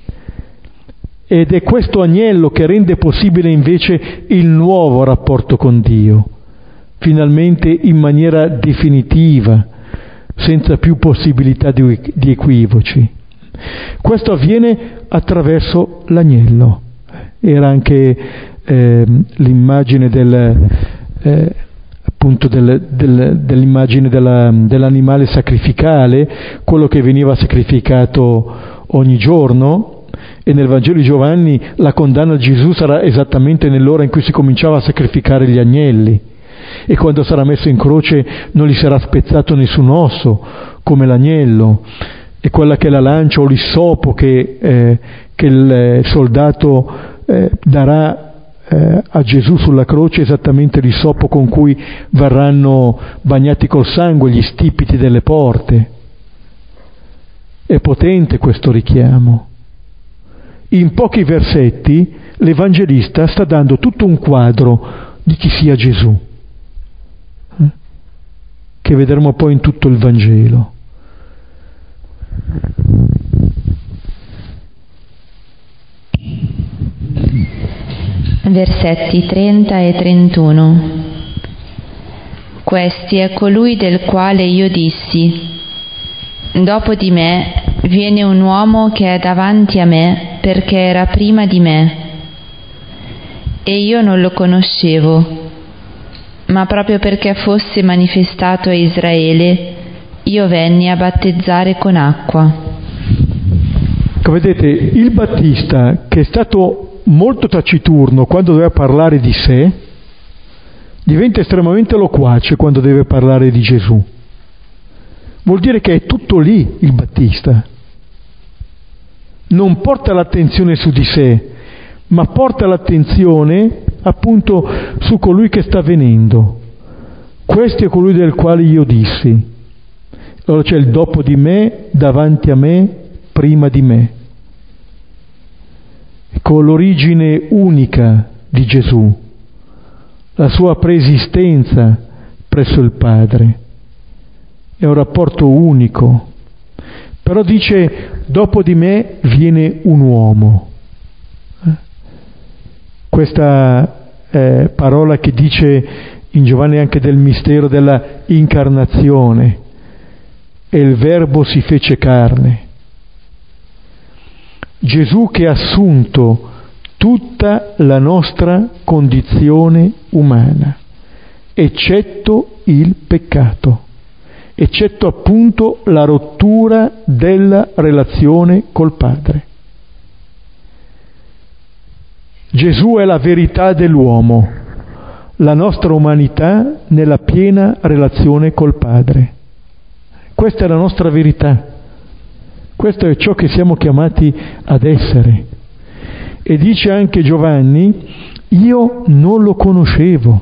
Ed è questo agnello che rende possibile invece il nuovo rapporto con Dio, finalmente in maniera definitiva, senza più possibilità di equivoci. Questo avviene attraverso l'agnello. Era anche l'immagine dell'immagine dell'animale sacrificale, quello che veniva sacrificato ogni giorno, e nel Vangelo di Giovanni la condanna di Gesù sarà esattamente nell'ora in cui si cominciava a sacrificare gli agnelli, e quando sarà messo in croce non gli sarà spezzato nessun osso come l'agnello, e quella che è la lancia o l'issopo che il soldato darà a Gesù sulla croce, esattamente l'issopo con cui verranno bagnati col sangue gli stipiti delle porte. È potente questo richiamo. In pochi versetti l'Evangelista sta dando tutto un quadro di chi sia Gesù, che vedremo poi in tutto il Vangelo. Versetti 30 e 31. Questi è colui del quale io dissi: dopo di me viene un uomo che è davanti a me perché era prima di me. E io non lo conoscevo, ma proprio perché fosse manifestato a Israele, io venni a battezzare con acqua. Vedete, il Battista, che è stato molto taciturno quando doveva parlare di sé, diventa estremamente loquace quando deve parlare di Gesù. Vuol dire che è tutto lì il Battista. Non porta l'attenzione su di sé, ma porta l'attenzione appunto su colui che sta venendo. Questo è colui del quale io dissi. Allora c'è il dopo di me, davanti a me, prima di me. Con l'origine unica di Gesù, la sua preesistenza presso il Padre. È un rapporto unico. Però dice, dopo di me viene un uomo. Questa parola che dice in Giovanni anche del mistero della incarnazione. E il Verbo si fece carne. Gesù che ha assunto tutta la nostra condizione umana, eccetto il peccato, eccetto appunto la rottura della relazione col Padre. Gesù è la verità dell'uomo, la nostra umanità nella piena relazione col Padre. Questa è la nostra verità. Questo è ciò che siamo chiamati ad essere. E dice anche Giovanni, io non lo conoscevo.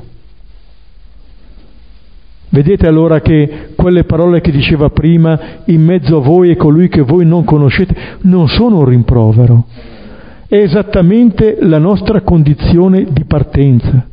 Vedete allora che quelle parole che diceva prima, in mezzo a voi è colui che voi non conoscete, non sono un rimprovero. È esattamente la nostra condizione di partenza.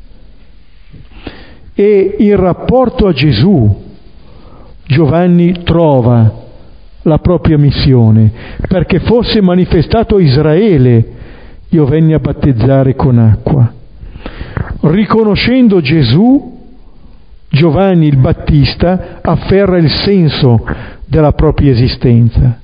E in rapporto a Gesù, Giovanni trova la propria missione, perché fosse manifestato a Israele, io venni a battezzare con acqua. Riconoscendo Gesù, Giovanni il Battista afferra il senso della propria esistenza.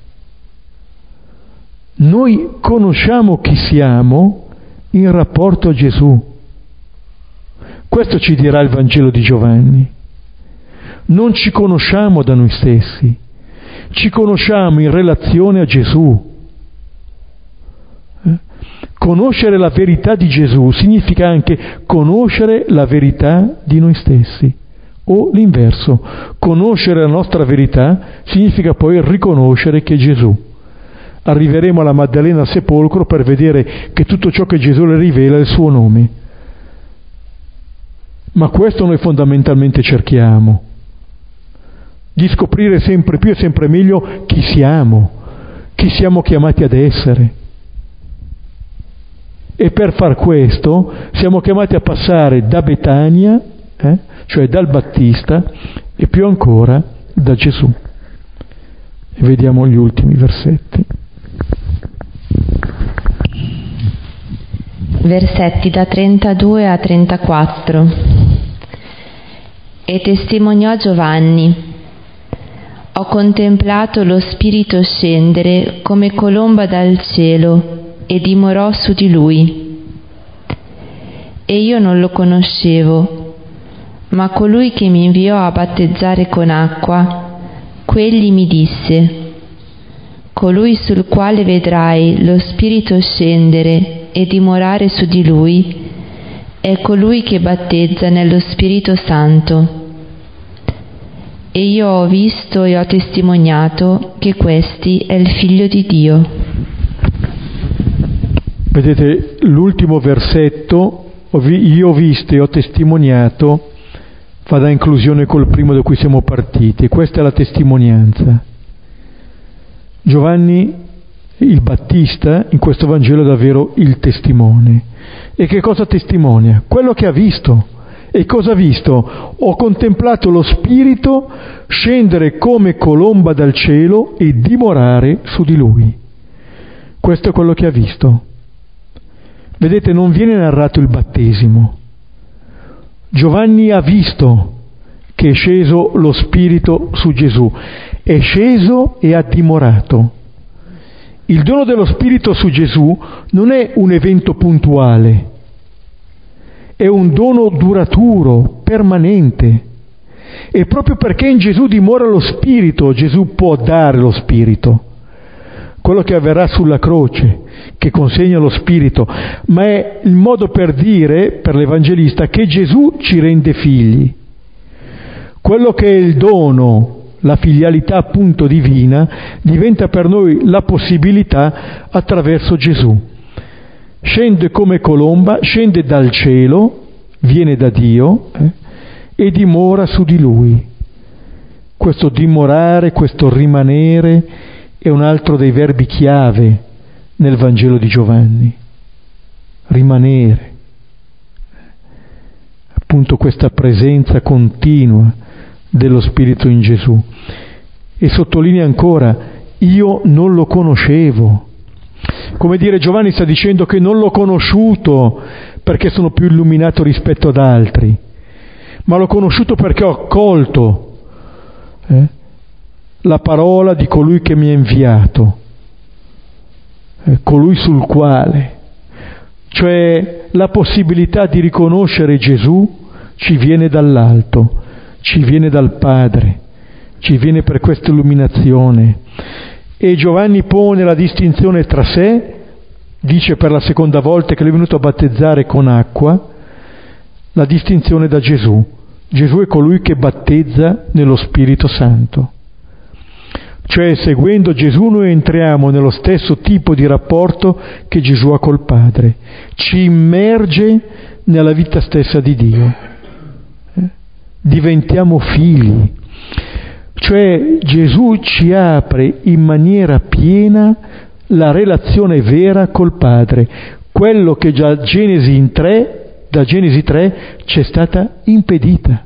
Noi conosciamo chi siamo in rapporto a Gesù. Questo ci dirà il Vangelo di Giovanni. Non ci conosciamo da noi stessi, ci conosciamo in relazione a Gesù. Conoscere la verità di Gesù significa anche conoscere la verità di noi stessi, o l'inverso, conoscere la nostra verità significa poi riconoscere che è Gesù. Arriveremo alla Maddalena al sepolcro per vedere che tutto ciò che Gesù le rivela è il suo nome. Ma questo noi fondamentalmente cerchiamo, di scoprire sempre più e sempre meglio chi siamo chiamati ad essere. E per far questo siamo chiamati a passare da Betania, cioè dal Battista, e più ancora da Gesù. E vediamo gli ultimi versetti. Versetti da 32 a 34. E testimoniò Giovanni: ho contemplato lo Spirito scendere come colomba dal cielo e dimorò su di lui. E io non lo conoscevo, ma colui che mi inviò a battezzare con acqua, quegli mi disse: colui sul quale vedrai lo Spirito scendere e dimorare su di lui è colui che battezza nello Spirito Santo. E io ho visto e ho testimoniato che questi è il Figlio di Dio. Vedete, l'ultimo versetto, io ho visto e ho testimoniato, fa da inclusione col primo da cui siamo partiti. Questa è la testimonianza. Giovanni il Battista in questo Vangelo è davvero il testimone. E che cosa testimonia? Quello che ha visto. E cosa ha visto? Ho contemplato lo Spirito scendere come colomba dal cielo e dimorare su di lui. Questo è quello che ha visto. Vedete, non viene narrato il battesimo. Giovanni ha visto che è sceso lo Spirito su Gesù. È sceso e ha dimorato. Il dono dello Spirito su Gesù non è un evento puntuale, è un dono duraturo, permanente. E proprio perché in Gesù dimora lo Spirito, Gesù può dare lo Spirito. Quello che avverrà sulla croce, che consegna lo Spirito, ma è il modo per dire, per l'Evangelista, che Gesù ci rende figli. Quello che è il dono, la filialità appunto divina, diventa per noi la possibilità attraverso Gesù. Scende come colomba, scende dal cielo, viene da Dio e dimora su di Lui. Questo dimorare, questo rimanere è un altro dei verbi chiave nel Vangelo di Giovanni. Rimanere. Appunto questa presenza continua dello Spirito in Gesù. E sottolinea ancora: io non lo conoscevo. Come dire, Giovanni sta dicendo che non l'ho conosciuto perché sono più illuminato rispetto ad altri, ma l'ho conosciuto perché ho accolto la parola di colui che mi ha inviato, colui sul quale, cioè la possibilità di riconoscere Gesù ci viene dall'alto, ci viene dal Padre, ci viene per questa illuminazione. E Giovanni pone la distinzione tra sé, dice per la seconda volta che lui è venuto a battezzare con acqua, la distinzione da Gesù. Gesù è colui che battezza nello Spirito Santo. Cioè, seguendo Gesù noi entriamo nello stesso tipo di rapporto che Gesù ha col Padre. Ci immerge nella vita stessa di Dio. Diventiamo figli. Cioè, Gesù ci apre in maniera piena la relazione vera col Padre. Quello che già da Genesi 3 ci è stata impedita.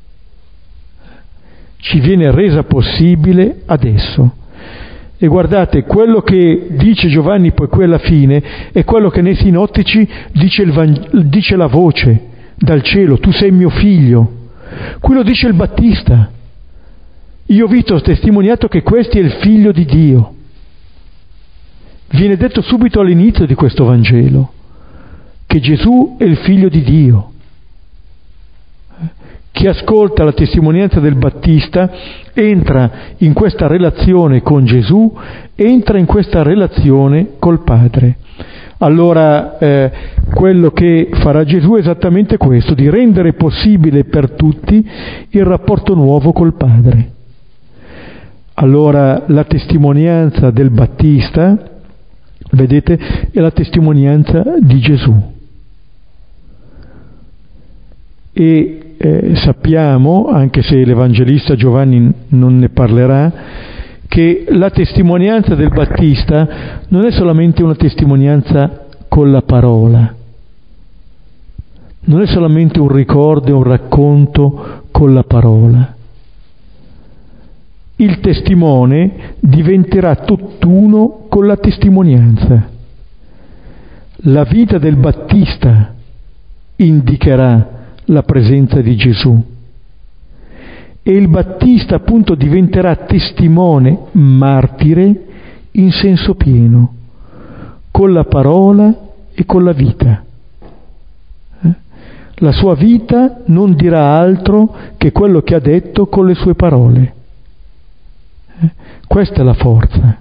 Ci viene resa possibile adesso. E guardate, quello che dice Giovanni poi qui alla fine è quello che nei sinottici dice la voce dal cielo: tu sei mio figlio. Qui lo dice il Battista: io ho visto, ho testimoniato che questo è il Figlio di Dio. Viene detto subito all'inizio di questo Vangelo che Gesù è il Figlio di Dio. Chi ascolta la testimonianza del Battista entra in questa relazione con Gesù, entra in questa relazione col Padre. Allora quello che farà Gesù è esattamente questo, di rendere possibile per tutti il rapporto nuovo col Padre. Allora la testimonianza del Battista, vedete, è la testimonianza di Gesù. E sappiamo, anche se l'Evangelista Giovanni non ne parlerà, che la testimonianza del Battista non è solamente una testimonianza con la parola, non è solamente un ricordo e un racconto con la parola. Il testimone diventerà tutt'uno con la testimonianza. La vita del Battista indicherà la presenza di Gesù. E il Battista appunto diventerà testimone, martire in senso pieno, con la parola e con la vita. La sua vita non dirà altro che quello che ha detto con le sue parole. Questa è la forza.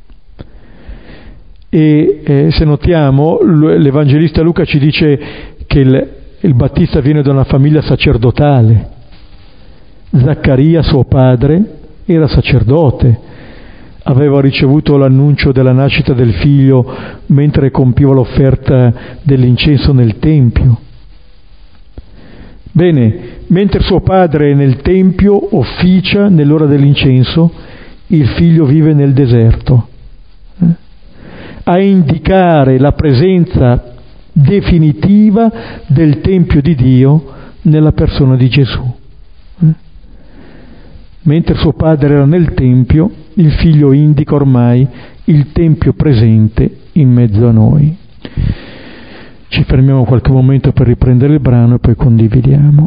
E se notiamo, l'Evangelista Luca ci dice che il Battista viene da una famiglia sacerdotale. Zaccaria, suo padre, era sacerdote, aveva ricevuto l'annuncio della nascita del figlio mentre compiva l'offerta dell'incenso nel Tempio. Bene, mentre suo padre è nel Tempio, officia nell'ora dell'incenso, il figlio vive nel deserto. A indicare la presenza definitiva del Tempio di Dio nella persona di Gesù. Mentre suo padre era nel Tempio, il figlio indica ormai il Tempio presente in mezzo a noi. Ci fermiamo qualche momento per riprendere il brano e poi condividiamo.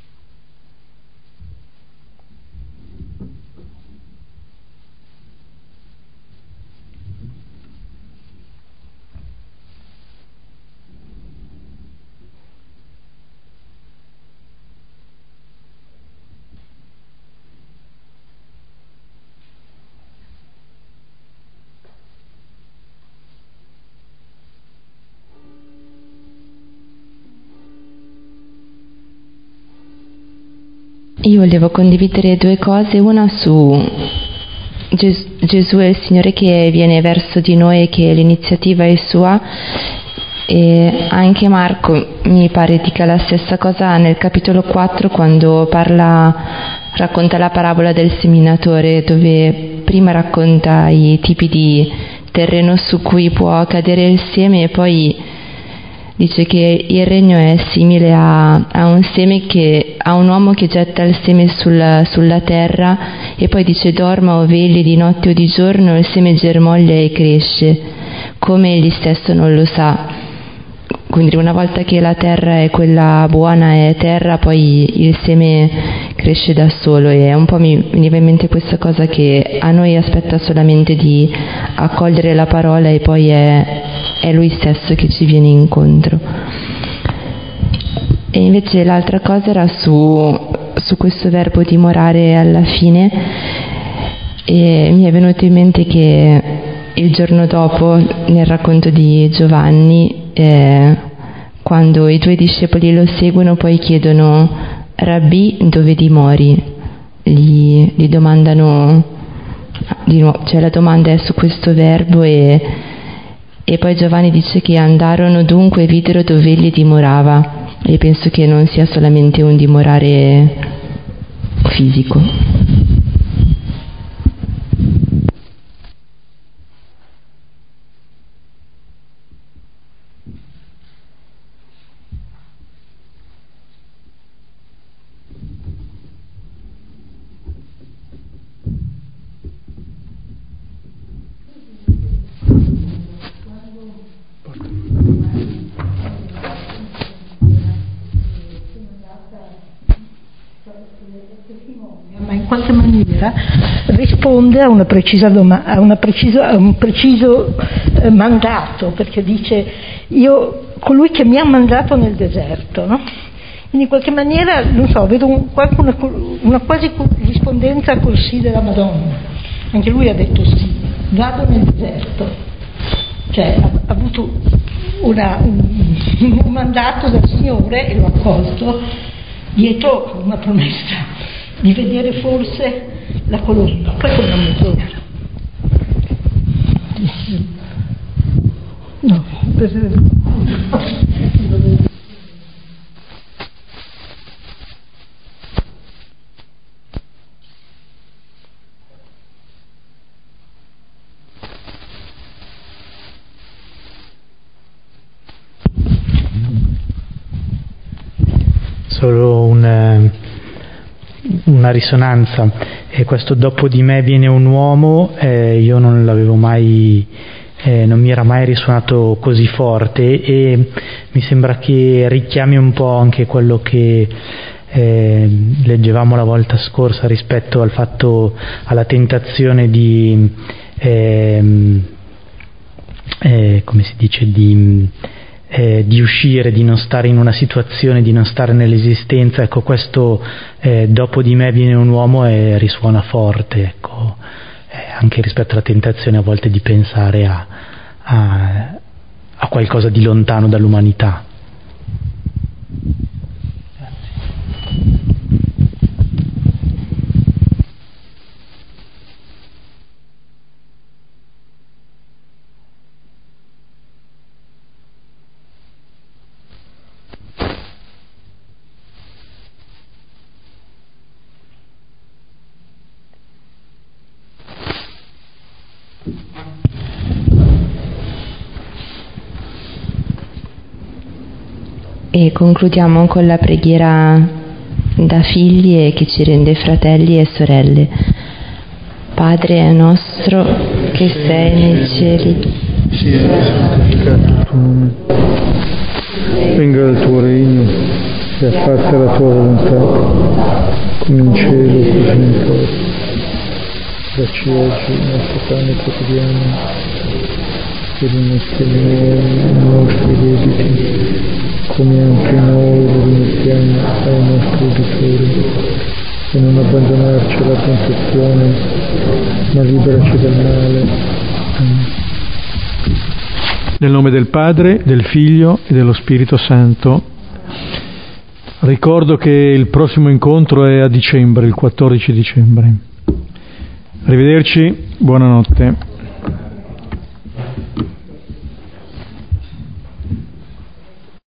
Io volevo condividere due cose, una su Gesù è il Signore che viene verso di noi, che l'iniziativa è sua, e anche Marco mi pare dica la stessa cosa nel capitolo 4 quando racconta la parabola del seminatore, dove prima racconta i tipi di terreno su cui può cadere il seme e poi dice che il regno è simile a un uomo che getta il seme sulla terra e poi dice dorma o vegli di notte o di giorno, il seme germoglia e cresce, come egli stesso non lo sa. Quindi una volta che la terra è quella buona, è terra, poi il seme cresce da solo, e un po' mi veniva in mente questa cosa che a noi aspetta solamente di accogliere la parola e poi è Lui stesso che ci viene incontro. E invece l'altra cosa era su questo verbo dimorare alla fine, e mi è venuto in mente che il giorno dopo, nel racconto di Giovanni, quando i due discepoli lo seguono, poi chiedono: Rabbì, dove dimori? Gli domandano di nuovo, cioè la domanda è su questo verbo, e poi Giovanni dice che andarono dunque e videro dove egli dimorava, e penso che non sia solamente un dimorare fisico. Ma in qualche maniera risponde a un preciso mandato, perché dice: io, colui che mi ha mandato nel deserto, no? Quindi in qualche maniera, non so, vedo una quasi corrispondenza col sì della Madonna. Anche lui ha detto sì, vado nel deserto. Cioè ha avuto un mandato dal Signore e lo ha accolto, dietro una promessa di vedere forse la colomba. Poi con la mezz'ora. No, solo una risonanza, e questo dopo di me viene un uomo, io non l'avevo mai, non mi era mai risuonato così forte, e mi sembra che richiami un po' anche quello che leggevamo la volta scorsa rispetto al fatto, alla tentazione di come si dice, di uscire, di non stare in una situazione, di non stare nell'esistenza. Ecco, questo dopo di me viene un uomo e risuona forte, ecco, anche rispetto alla tentazione a volte di pensare a qualcosa di lontano dall'umanità. E concludiamo con la preghiera da figli e che ci rende fratelli e sorelle. Padre nostro che sei nei cieli, sia santificato il tuo nome, venga il tuo regno, sia fatta la tua volontà, come in cielo così in terra. Dacci oggi il nostro pane quotidiano, e rimettiamo i nostri debiti, come anche noi lo rimettiamo ai nostri debitori, e non abbandonarci alla tentazione, ma liberaci dal male. Amen. Nel nome del Padre, del Figlio e dello Spirito Santo. Ricordo che il prossimo incontro è a dicembre, il 14 dicembre. Arrivederci, buonanotte.